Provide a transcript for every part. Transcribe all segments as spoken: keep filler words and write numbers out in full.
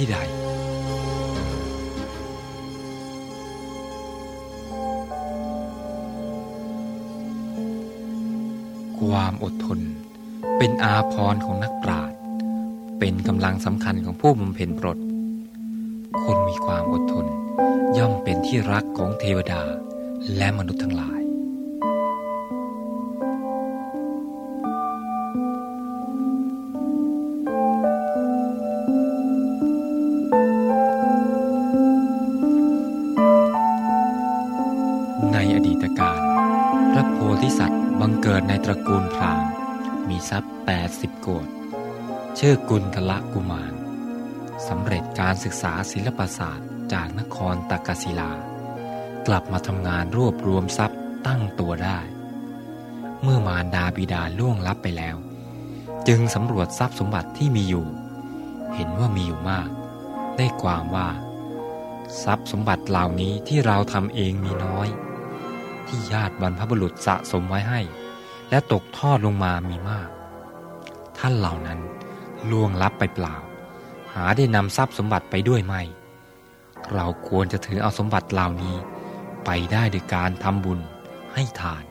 ที่ใดความอดทนเป็นอาภรณ์ของนักปราชญ์เป็นกำลังสำคัญของผู้บำเพ็ญปรตคนมีความอดทนย่อมเป็นที่รักของเทวดาและมนุษย์ทั้งหลายในอดีตการพระโพธิสัตว์บังเกิดในตระกูลพราหมณ์มีทรัพย์แปดสิบโกฏชื่อกุณฑละกุมารสำเร็จการศึกษาศิลปศาสตร์จากนครตักกศิลากลับมาทำงานรวบรวมทรัพย์ตั้งตัวได้เมื่อมารดาบิดาล่วงลับไปแล้วจึงสำรวจทรัพย์สมบัติที่มีอยู่เห็นว่ามีอยู่มากได้ความว่าทรัพย์สมบัติเหล่านี้ที่เราทำเองมีน้อยที่ญาติบรรพบุรุษสะสมไว้ให้และตกทอดลงมามีมากท่านเหล่านั้นล่วงลับไปเปล่าหาได้นำทรัพย์สมบัติไปด้วยไม่เราควรจะถือเอาสมบัติเหล่านี้ไปได้โดยการทำบุญให้ทาน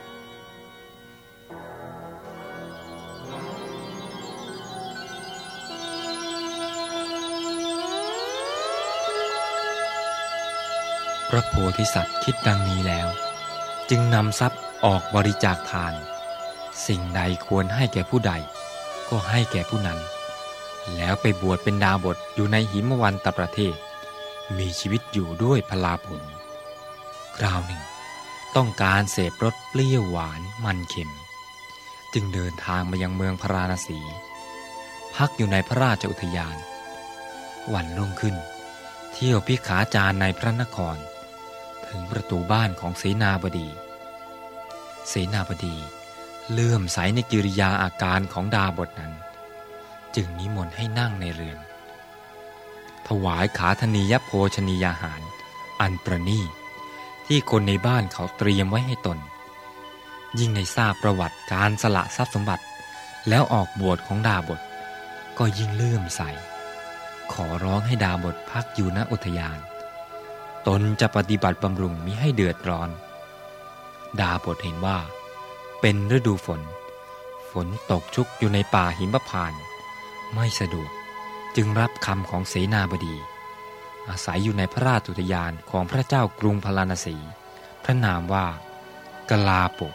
พระโพธิสัตว์คิดดังนี้แล้วจึงนำทรัพย์ออกบริจาคทานสิ่งใดควรให้แก่ผู้ใดก็ให้แก่ผู้นั้นแล้วไปบวชเป็นดาบสอยู่ในหิมวันตประเทศมีชีวิตอยู่ด้วยพลาภลคราวหนึ่งต้องการเสพรสเปรี้ยวหวานมันเค็มจึงเดินทางมายังเมืองพาราณสีพักอยู่ในพระราชอุทยานวันรุ่งขึ้นเที่ยวพิขาจารในพระนครถึงประตูบ้านของเสนาบดีเสนาบดีเลื่อมใสในกิริยาอาการของดาบสนั้นจึงนิมนต์ให้นั่งในเรือนถวายขาธนียโภชนียาหารอันประณีตที่คนในบ้านเขาเตรียมไว้ให้ตนยิ่งในทราบประวัติการสละทรัพย์สมบัติแล้วออกบวชของดาบสก็ยิ่งเลื่อมใสขอร้องให้ดาบสพักอยู่ณอุทยานตนจะปฏิบัติบำรุงมิให้เดือดร้อนดาบสเห็นว่าเป็นฤดูฝนฝนตกชุกอยู่ในป่าหิมพานต์ไม่สะดวกจึงรับคำของเสนาบดีอาศัยอยู่ในพระราชอุทยานของพระเจ้ากรุงพาราณสีพระนามว่ากลาโป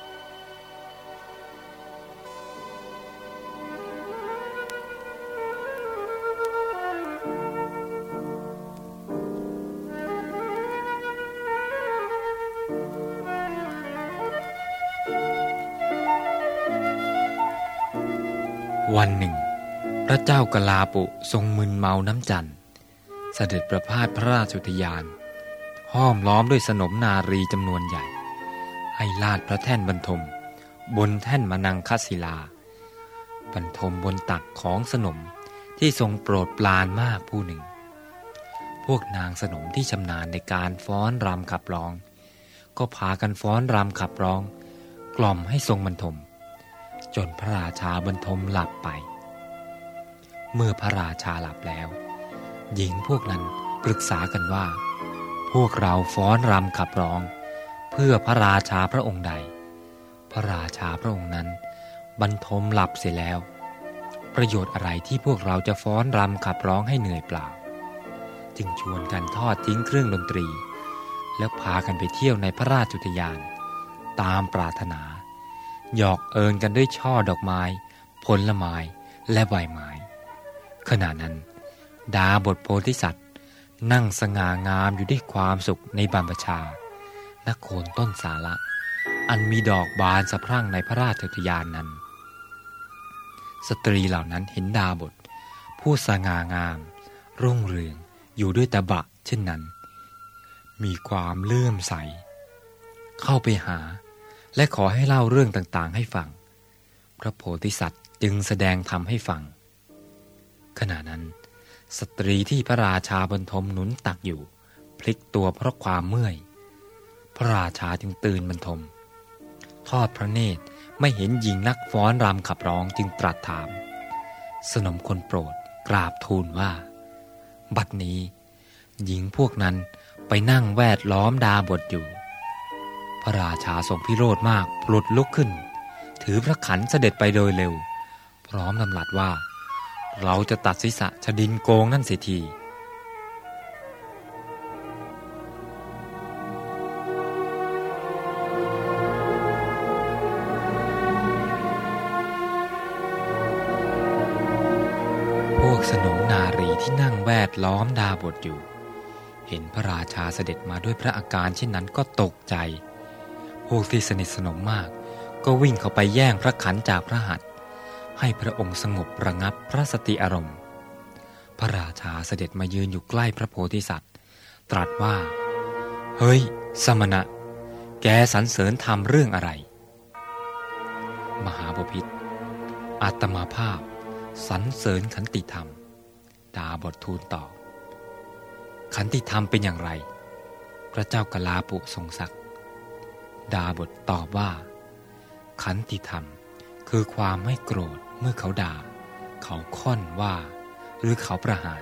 วันหนึ่งพระเจ้ากลาปุทรงมึนเมาน้ำจันทร์เสด็จประพาสพระราชอุทยานห้อมล้อมด้วยสนมนารีจำนวนใหญ่ให้ลาดพระแท่นบรรทมบนแท่นมนังคศิลาบรรทมบนตักของสนมที่ทรงโปรดปรานมากผู้หนึ่งพวกนางสนมที่ชำนาญในการฟ้อนรำขับร้องก็พากันฟ้อนรำขับร้องกล่อมให้ทรงบรรทมจนพระราชาบรรทมหลับไปเมื่อพระราชาหลับแล้วหญิงพวกนั้นปรึกษากันว่าพวกเราฟ้อนรำขับร้องเพื่อพระราชาพระองค์ใดพระราชาพระองค์นั้นบรรทมหลับเสียแล้วประโยชน์อะไรที่พวกเราจะฟ้อนรำขับร้องให้เหนื่อยเปล่าจึงชวนกันทอดทิ้งเครื่องดนตรีแล้วพากันไปเที่ยวในพระราชอุทยานตามปรารถนาหยอกเอิญกันด้วยช่อดอกไม้ผลไม้และใบไม้ขณะนั้นดาบสโพธิสัตว์นั่งสง่างามอยู่ด้วยความสุขในบรรพชาณโคนต้นสาละอันมีดอกบานสะพรั่งในพระราชอุทยานนั้นสตรีเหล่านั้นเห็นดาบสผู้สง่างามรุ่งเรืองอยู่ด้วยตบะเช่นนั้นมีความเลื่อมใสเข้าไปหาและขอให้เล่าเรื่องต่างๆให้ฟังพระโพธิสัตว์จึงแสดงธรรมให้ฟังขณะนั้นสตรีที่พระราชาบรรทมหนุนตักอยู่พลิกตัวเพราะความเมื่อยพระราชาจึงตื่นบรรทมทอดพระเนตรไม่เห็นหญิงนักฟ้อนรำขับร้องจึงตรัสถามสนมคนโปรดกราบทูลว่าบัดนี้หญิงพวกนั้นไปนั่งแวดล้อมดาบทอยู่พระราชาทรงพิโรธมากปลุดลุกขึ้นถือพระขันเสด็จไปโดยเร็วพร้อมดำรัสว่าเราจะตัดศีรษะชดินโกงนั่นเสียทีพวกสนมนารีที่นั่งแวดล้อมดาบทอยู่เห็นพระราชาเสด็จมาด้วยพระอาการเช่นนั้นก็ตกใจพวกที่สนิทสนมมากก็วิ่งเข้าไปแย่งพระขันจากพระหัตถ์ให้พระองค์สงบระงับพระสติอารมณ์พระราชาเสด็จมายืนอยู่ใกล้พระโพธิสัตว์ตรัสว่าเฮ้ยสมณะแกสรรเสริญธรรมเรื่องอะไรมหาบพิตรอาตมาภาพสรรเสริญขันติธรรมดาบททูลตอบขันติธรรมเป็นอย่างไรพระเจ้ากลาปุทรงศักดิ์ดาบทตอบว่าขันติธรรมคือความไม่โกรธเมื่อเขาด่าเขาค่อนว่าหรือเขาประหาร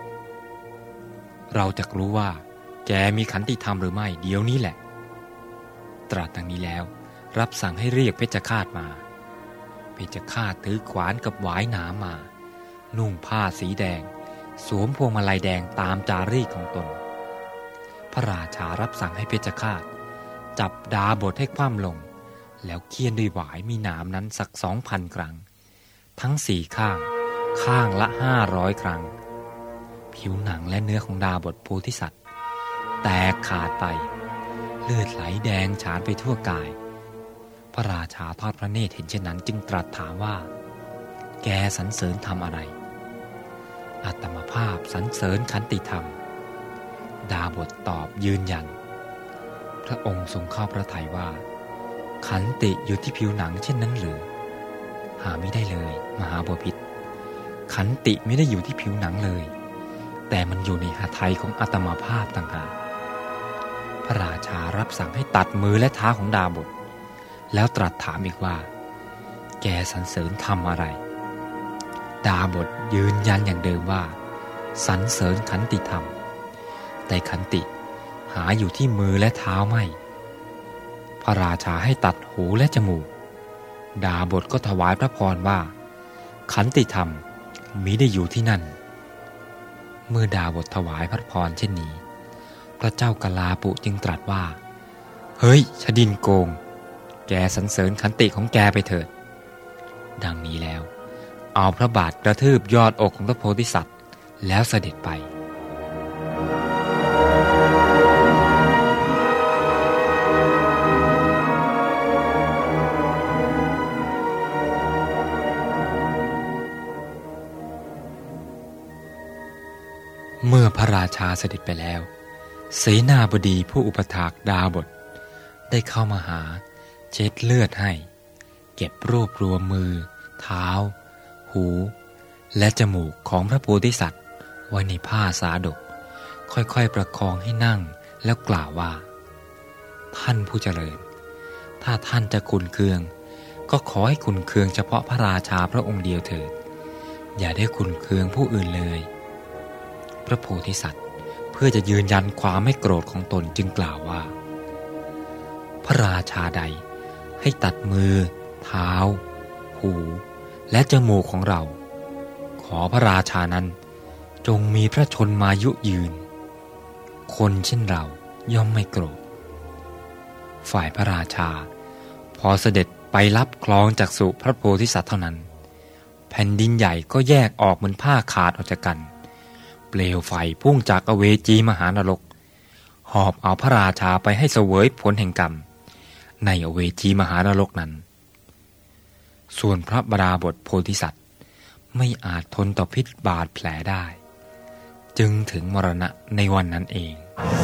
เราจะรู้ว่าแกมีขันติธรรมหรือไม่เดี๋ยวนี้แหละตรัสดังนี้แล้วรับสั่งให้เรียกเพชฌฆาตมาเพชฌฆาตถือขวานกับหวายหนามมานุ่งผ้าสีแดงสวมพวงมาลัยแดงตามจารีตของตนพระราชารับสั่งให้เพชฌฆาตจับดาบทให้คว่ำลงแล้วเคี่ยนด้วยหวายมีหนามนั้นสักสองพันครั้งทั้งสี่ข้างข้างละห้าร้อยครั้งผิวหนังและเนื้อของดาบทโพธิสัตว์แตกขาดไปเลือดไหลแดงฉานไปทั่วกายพระราชาทอดพระเนตรเห็นเช่นนั้นจึงตรัสถามว่าแกสรรเสริญธรรมอะไรอาตมาภาพสรรเสริญขันติธรรมดาบทตอบยืนยันพระองค์ทรงเข้าพระทัยว่าขันติอยู่ที่ผิวหนังเช่นนั้นหรือหาไม่ได้เลยมหาบพิตรขันติไม่ได้อยู่ที่ผิวหนังเลยแต่มันอยู่ในหทัยของอาตมาภาพต่างหากพระราชารับสั่งให้ตัดมือและเท้าของดาบทแล้วตรัสถามอีกว่าแกสรรเสริญธรรมอะไรดาบทยืนยันอย่างเดิมว่าสรรเสริญขันติธรรมแต่ขันติหาอยู่ที่มือและเท้าไม่พระราชาให้ตัดหูและจมูกดาบทก็ถวายพระพรว่าขันติธรรมมิได้อยู่ที่นั่นเมื่อดาบทถวายพระพรเช่นนี้พระเจ้ากลาปุจึงตรัสว่าเฮ้ยชดินโกงแกสรรเสริญขันติของแกไปเถิดดังนี้แล้วเอาพระบาทกระทืบยอดอกของพระโพธิสัตว์แล้วเสด็จไปเมื่อพระราชาเสด็จไปแล้วเสนาบดีผู้อุปถากดาบทได้เข้ามาหาเช็ดเลือดให้เก็บรวบรวมมือเท้าหูและจมูกของพระโพธิสัตว์ไว้ในผ้าสาดกค่อยๆประคองให้นั่งแล้วกล่าวว่าท่านผู้เจริญถ้าท่านจะขุนเคืองก็ขอให้ขุนเคืองเฉพาะพระราชาพระองค์เดียวเถิดอย่าได้ขุนเคืองผู้อื่นเลยพระโพธิสัตว์เพื่อจะยืนยันความไม่โกรธของตนจึงกล่าวว่าพระราชาใดให้ตัดมือเท้าหูและจมูกของเราขอพระราชานั้นจงมีพระชนมายุยืนคนเช่นเราย่อมไม่โกรธฝ่ายพระราชาพอเสด็จไปรับคลองจากสุพระโพธิสัตว์เท่านั้นแผ่นดินใหญ่ก็แยกออกเหมือนผ้าขาดออกจากกันเปลวไฟพุ่งจากอเวจีมหานรกหอบเอาพระราชาไปให้เสวยผลแห่งกรรมในอเวจีมหานรกนั้นส่วนพระบดาบทโพธิสัตว์ไม่อาจทนต่อพิษบาดแผลได้จึงถึงมรณะในวันนั้นเอง